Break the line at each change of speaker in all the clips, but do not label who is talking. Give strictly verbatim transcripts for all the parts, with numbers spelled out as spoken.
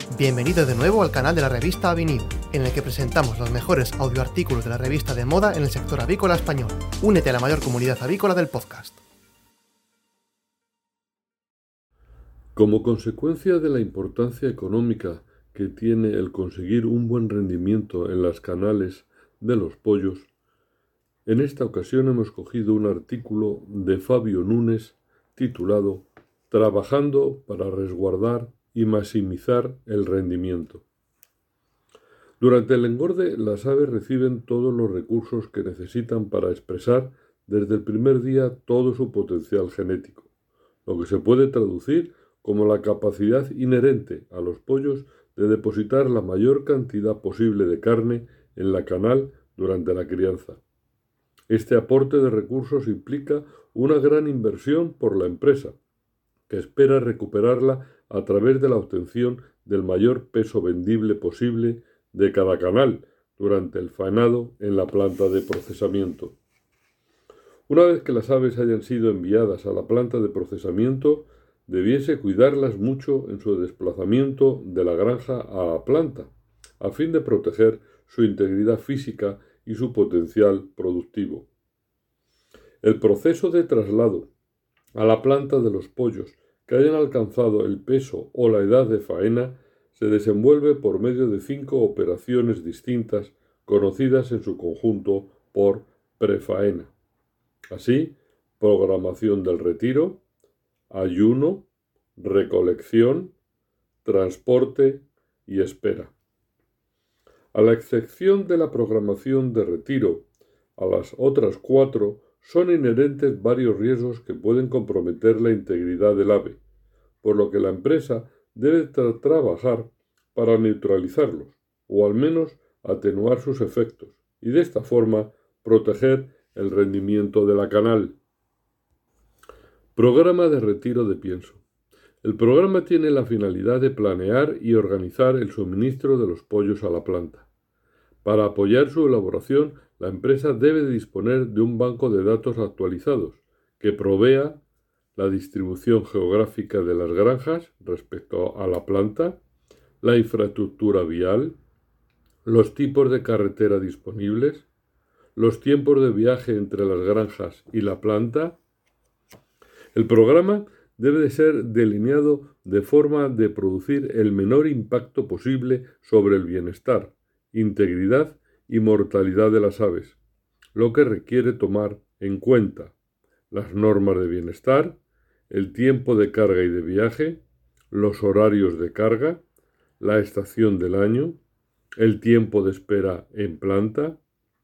Bienvenido de nuevo al canal de la revista Avenido, en el que presentamos los mejores audioartículos de la revista de moda en el sector avícola español. Únete a la mayor comunidad avícola del podcast.
Como consecuencia de la importancia económica que tiene el conseguir un buen rendimiento en las canales de los pollos, en esta ocasión hemos cogido un artículo de Fabio Núñez titulado Trabajando para resguardar y maximizar el rendimiento. Durante el engorde, las aves reciben todos los recursos que necesitan para expresar desde el primer día todo su potencial genético, lo que se puede traducir como la capacidad inherente a los pollos de depositar la mayor cantidad posible de carne en la canal durante la crianza. Este aporte de recursos implica una gran inversión por la empresa, que espera recuperarla a través de la obtención del mayor peso vendible posible de cada canal durante el faenado en la planta de procesamiento. Una vez que las aves hayan sido enviadas a la planta de procesamiento, debiese cuidarlas mucho en su desplazamiento de la granja a la planta, a fin de proteger su integridad física y su potencial productivo. El proceso de traslado a la planta de los pollos que hayan alcanzado el peso o la edad de faena se desenvuelve por medio de cinco operaciones distintas conocidas en su conjunto por prefaena. Así, programación del retiro, ayuno, recolección, transporte y espera. A la excepción de la programación de retiro, a las otras cuatro son inherentes varios riesgos que pueden comprometer la integridad del ave, por lo que la empresa debe tra- trabajar para neutralizarlos, o al menos atenuar sus efectos, y de esta forma proteger el rendimiento de la canal. Programa de retiro de pienso. El programa tiene la finalidad de planear y organizar el suministro de los pollos a la planta. Para apoyar su elaboración, la empresa debe disponer de un banco de datos actualizados que provea la distribución geográfica de las granjas respecto a la planta, la infraestructura vial, los tipos de carretera disponibles, los tiempos de viaje entre las granjas y la planta. El programa debe de ser delineado de forma de producir el menor impacto posible sobre el bienestar, integridad y mortalidad de las aves, lo que requiere tomar en cuenta las normas de bienestar, el tiempo de carga y de viaje, los horarios de carga, la estación del año, el tiempo de espera en planta.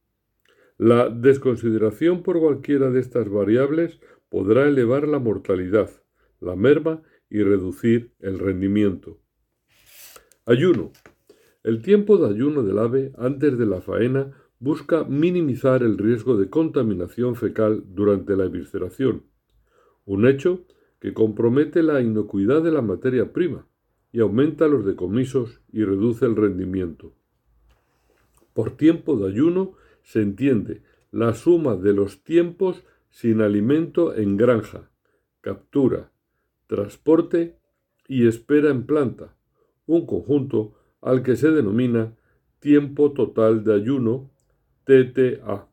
La desconsideración por cualquiera de estas variables podrá elevar la mortalidad, la merma y reducir el rendimiento. Ayuno. El tiempo de ayuno del ave antes de la faena busca minimizar el riesgo de contaminación fecal durante la evisceración, un hecho que compromete la inocuidad de la materia prima y aumenta los decomisos y reduce el rendimiento. Por tiempo de ayuno se entiende la suma de los tiempos sin alimento en granja, captura, transporte y espera en planta, un conjunto al que se denomina tiempo total de ayuno, T T A.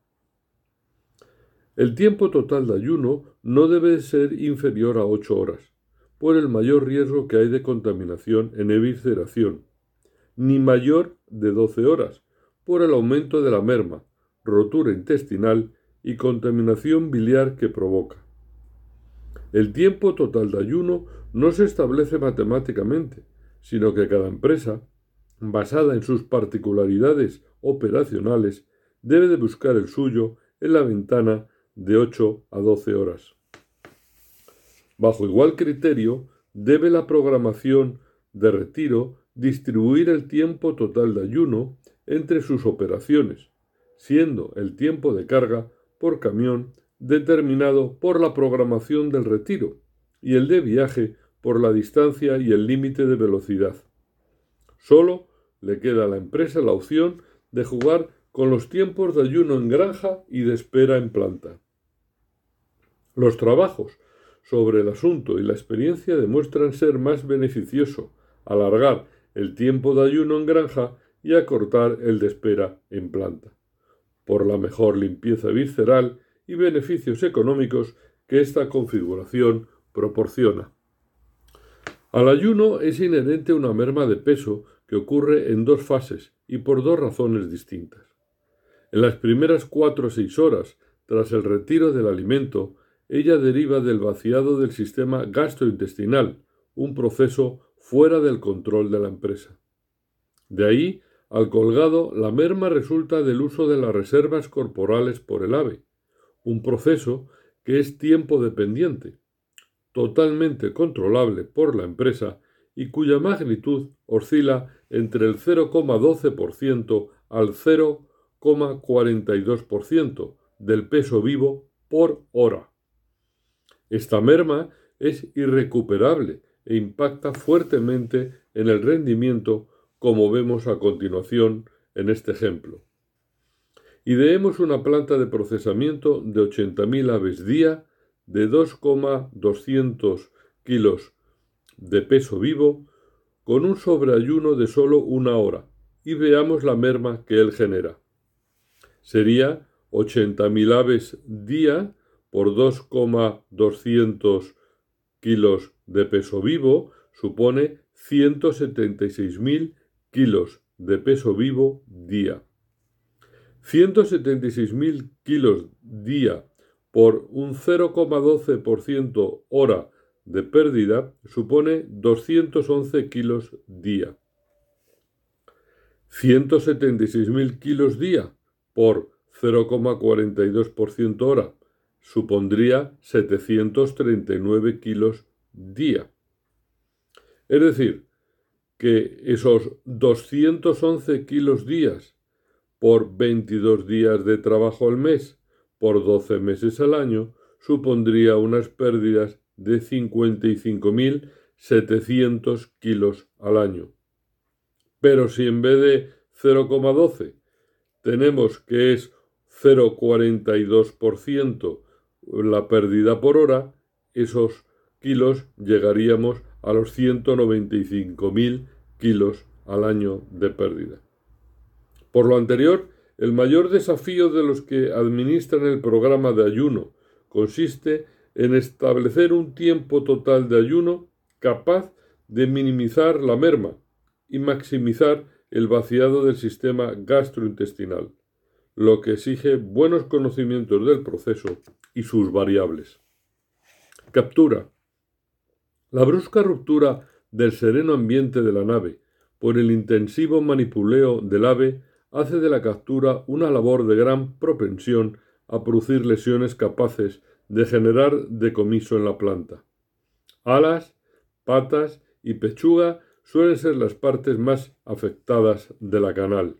El tiempo total de ayuno no debe ser inferior a ocho horas, por el mayor riesgo que hay de contaminación en evisceración, ni mayor de doce horas, por el aumento de la merma, rotura intestinal y contaminación biliar que provoca. El tiempo total de ayuno no se establece matemáticamente, sino que cada empresa, basada en sus particularidades operacionales, debe de buscar el suyo en la ventana de ocho a doce horas. Bajo igual criterio, debe la programación de retiro distribuir el tiempo total de ayuno entre sus operaciones, siendo el tiempo de carga por camión determinado por la programación del retiro y el de viaje por la distancia y el límite de velocidad. Solo le queda a la empresa la opción de jugar con los tiempos de ayuno en granja y de espera en planta. Los trabajos sobre el asunto y la experiencia demuestran ser más beneficioso alargar el tiempo de ayuno en granja y acortar el de espera en planta, por la mejor limpieza visceral y beneficios económicos que esta configuración proporciona. Al ayuno es inherente una merma de peso que ocurre en dos fases y por dos razones distintas. En las primeras cuatro o seis horas tras el retiro del alimento, ella deriva del vaciado del sistema gastrointestinal, un proceso fuera del control de la empresa. De ahí, al colgado, la merma resulta del uso de las reservas corporales por el ave, un proceso que es tiempo dependiente, totalmente controlable por la empresa y cuya magnitud oscila entre el cero coma doce por ciento al cero coma cuarenta y dos por ciento del peso vivo por hora. Esta merma es irrecuperable e impacta fuertemente en el rendimiento, como vemos a continuación en este ejemplo. Ideemos una planta de procesamiento de ochenta mil aves día de dos coma doscientos kilos de peso vivo con un sobreayuno de solo una hora y veamos la merma que él genera. Sería ochenta mil aves día por dos coma doscientos kilos de peso vivo supone ciento setenta y seis mil kilos de peso vivo día. ciento setenta y seis mil kilos día por un cero coma doce por ciento hora de pérdida supone doscientos once kilos día. ciento setenta y seis mil kilos día por cero coma cuarenta y dos por ciento hora supondría setecientos treinta y nueve kilos día. Es decir, que esos doscientos once kilos días por veintidós días de trabajo al mes por doce meses al año supondría unas pérdidas de cincuenta y cinco mil setecientos kilos al año. Pero si en vez de cero coma doce tenemos que es cero coma cuarenta y dos por ciento la pérdida por hora, esos kilos llegaríamos a los ciento noventa y cinco mil kilos al año de pérdida. Por lo anterior, el mayor desafío de los que administran el programa de ayuno consiste en establecer un tiempo total de ayuno capaz de minimizar la merma y maximizar el vaciado del sistema gastrointestinal, lo que exige buenos conocimientos del proceso y sus variables. Captura. La brusca ruptura del sereno ambiente de la nave por el intensivo manipuleo del ave hace de la captura una labor de gran propensión a producir lesiones capaces de generar decomiso en la planta. Alas, patas y pechuga suelen ser las partes más afectadas de la canal.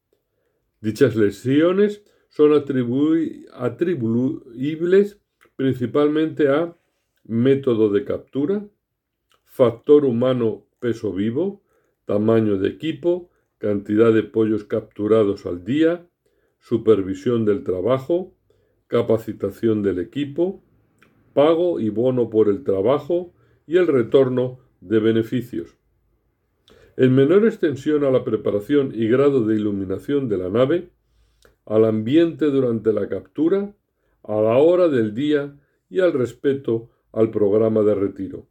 Dichas lesiones son atribu- atribuibles principalmente a método de captura, factor humano peso vivo, tamaño de equipo, cantidad de pollos capturados al día, supervisión del trabajo, capacitación del equipo, pago y bono por el trabajo y el retorno de beneficios. En menor extensión a la preparación y grado de iluminación de la nave, al ambiente durante la captura, a la hora del día y al respeto al programa de retiro.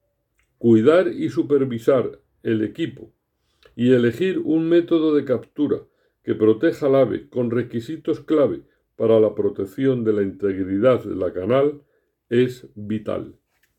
Cuidar y supervisar el equipo y elegir un método de captura que proteja al ave con requisitos clave para la protección de la integridad de la canal es vital.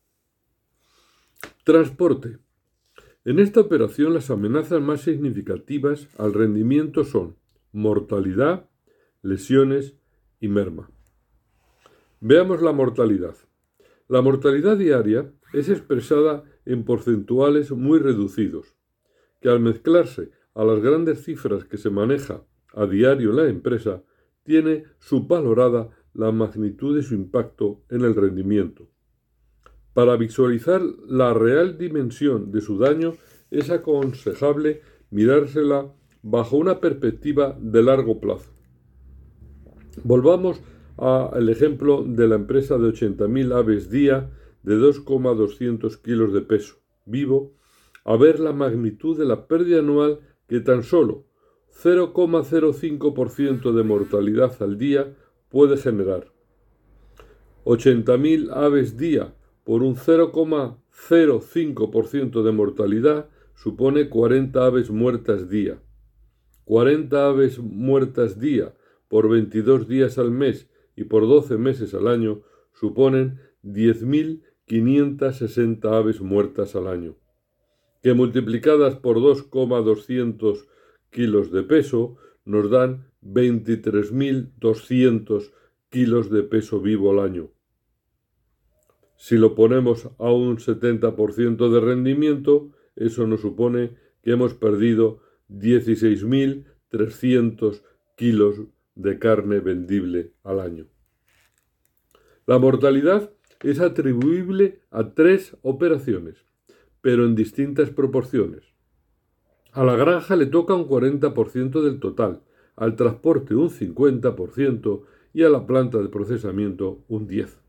Transporte. En esta operación las amenazas más significativas al rendimiento son mortalidad, lesiones y merma. Veamos la mortalidad. La mortalidad diaria es expresada en porcentuales muy reducidos, que al mezclarse a las grandes cifras que se maneja a diario en la empresa, tiene subvalorada la magnitud de su impacto en el rendimiento. Para visualizar la real dimensión de su daño es aconsejable mirársela bajo una perspectiva de largo plazo. Volvamos al ejemplo de la empresa de ochenta mil aves día de dos coma doscientos kilos de peso vivo a ver la magnitud de la pérdida anual que tan solo cero coma cero cinco por ciento de mortalidad al día puede generar. ochenta mil aves día por un cero coma cero cinco por ciento de mortalidad supone cuarenta aves muertas día. cuarenta aves muertas día por veintidós días al mes y por doce meses al año suponen diez mil quinientas sesenta aves muertas al año, que multiplicadas por dos coma doscientos kilos de peso nos dan veintitrés mil doscientos kilos de peso vivo al año. Si lo ponemos a un setenta por ciento de rendimiento, eso nos supone que hemos perdido dieciséis mil trescientos kilos de carne vendible al año. La mortalidad es atribuible a tres operaciones, pero en distintas proporciones. A la granja le toca un cuarenta por ciento del total, al transporte un cincuenta por ciento y a la planta de procesamiento un diez por ciento.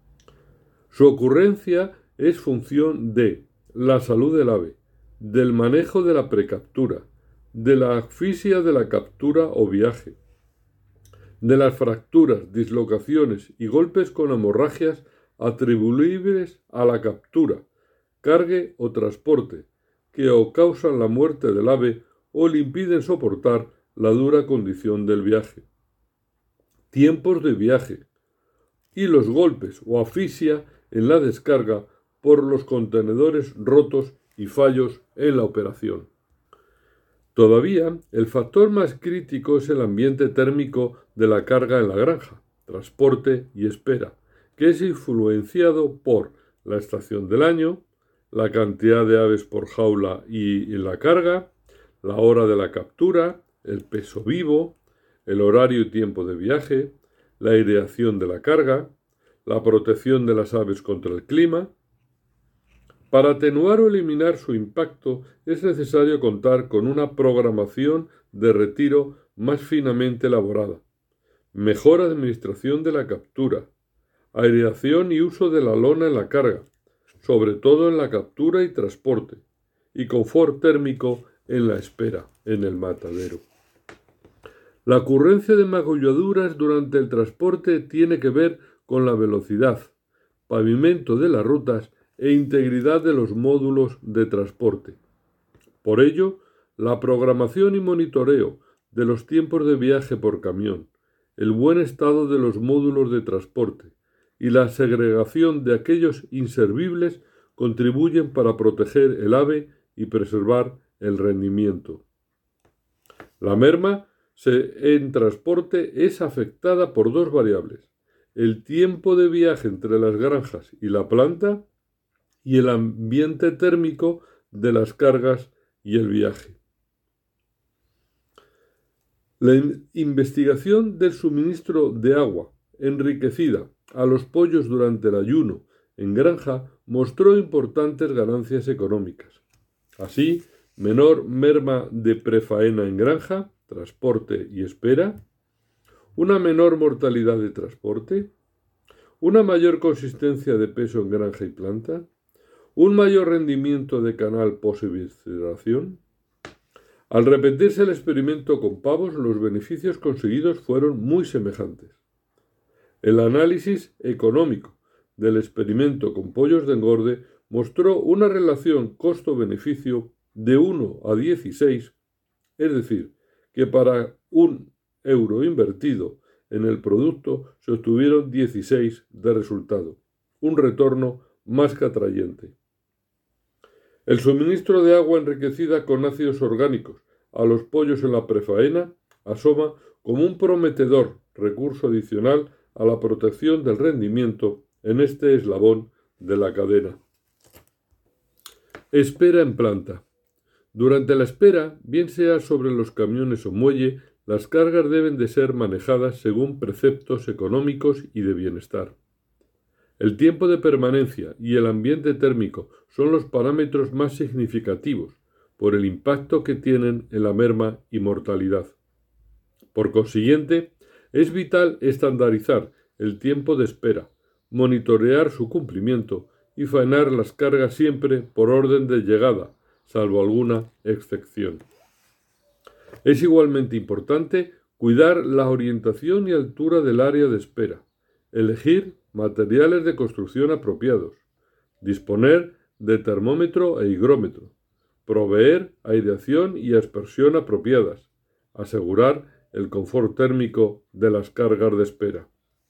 Su ocurrencia es función de la salud del ave, del manejo de la precaptura, de la asfixia de la captura o viaje, de las fracturas, dislocaciones y golpes con hemorragias atribuibles a la captura, cargue o transporte, que o causan la muerte del ave o le impiden soportar la dura condición del viaje. Tiempos de viaje y los golpes o asfixia en la descarga por los contenedores rotos y fallos en la operación. Todavía, el factor más crítico es el ambiente térmico de la carga en la granja, transporte y espera, que es influenciado por la estación del año, la cantidad de aves por jaula y en la carga, la hora de la captura, el peso vivo, el horario y tiempo de viaje, la aireación de la carga, la protección de las aves contra el clima. Para atenuar o eliminar su impacto es necesario contar con una programación de retiro más finamente elaborada, mejor administración de la captura, aireación y uso de la lona en la carga, sobre todo en la captura y transporte, y confort térmico en la espera en el matadero. La ocurrencia de magulladuras durante el transporte tiene que ver con la velocidad, pavimento de las rutas e integridad de los módulos de transporte. Por ello, la programación y monitoreo de los tiempos de viaje por camión, el buen estado de los módulos de transporte y la segregación de aquellos inservibles contribuyen para proteger el ave y preservar el rendimiento. La merma en transporte es afectada por dos variables: el tiempo de viaje entre las granjas y la planta y el ambiente térmico de las cargas y el viaje. La investigación del suministro de agua enriquecida a los pollos durante el ayuno en granja mostró importantes ganancias económicas. Así, menor merma de prefaena en granja, transporte y espera, una menor mortalidad de transporte, una mayor consistencia de peso en granja y planta, un mayor rendimiento de canal post-evisceración. Al repetirse el experimento con pavos, los beneficios conseguidos fueron muy semejantes. El análisis económico del experimento con pollos de engorde mostró una relación costo-beneficio de uno a dieciséis, es decir, que para un euro invertido en el producto se obtuvieron dieciséis de resultado, un retorno más que atrayente. El suministro de agua enriquecida con ácidos orgánicos a los pollos en la prefaena asoma como un prometedor recurso adicional a la protección del rendimiento en este eslabón de la cadena. Espera en planta. Durante la espera, bien sea sobre los camiones o muelle, las cargas deben de ser manejadas según preceptos económicos y de bienestar. El tiempo de permanencia y el ambiente térmico son los parámetros más significativos por el impacto que tienen en la merma y mortalidad. Por consiguiente, es vital estandarizar el tiempo de espera, monitorear su cumplimiento y faenar las cargas siempre por orden de llegada, salvo alguna excepción. Es igualmente importante cuidar la orientación y altura del área de espera, elegir materiales de construcción apropiados, disponer de termómetro e higrómetro, proveer aireación y aspersión apropiadas, asegurar el confort térmico de las cargas de espera.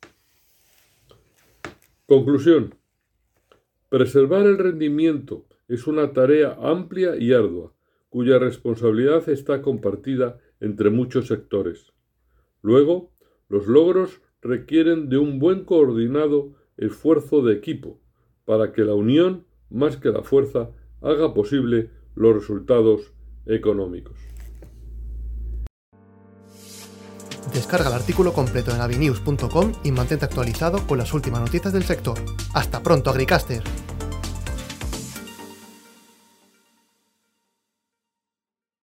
Conclusión. Preservar el rendimiento es una tarea amplia y ardua, cuya responsabilidad está compartida entre muchos sectores. Luego, los logros requieren de un buen coordinado esfuerzo de equipo, para que la unión, más que la fuerza, haga posible los resultados económicos.
Descarga el artículo completo en avinews punto com y mantente actualizado con las últimas noticias del sector. ¡Hasta pronto, Agricaster!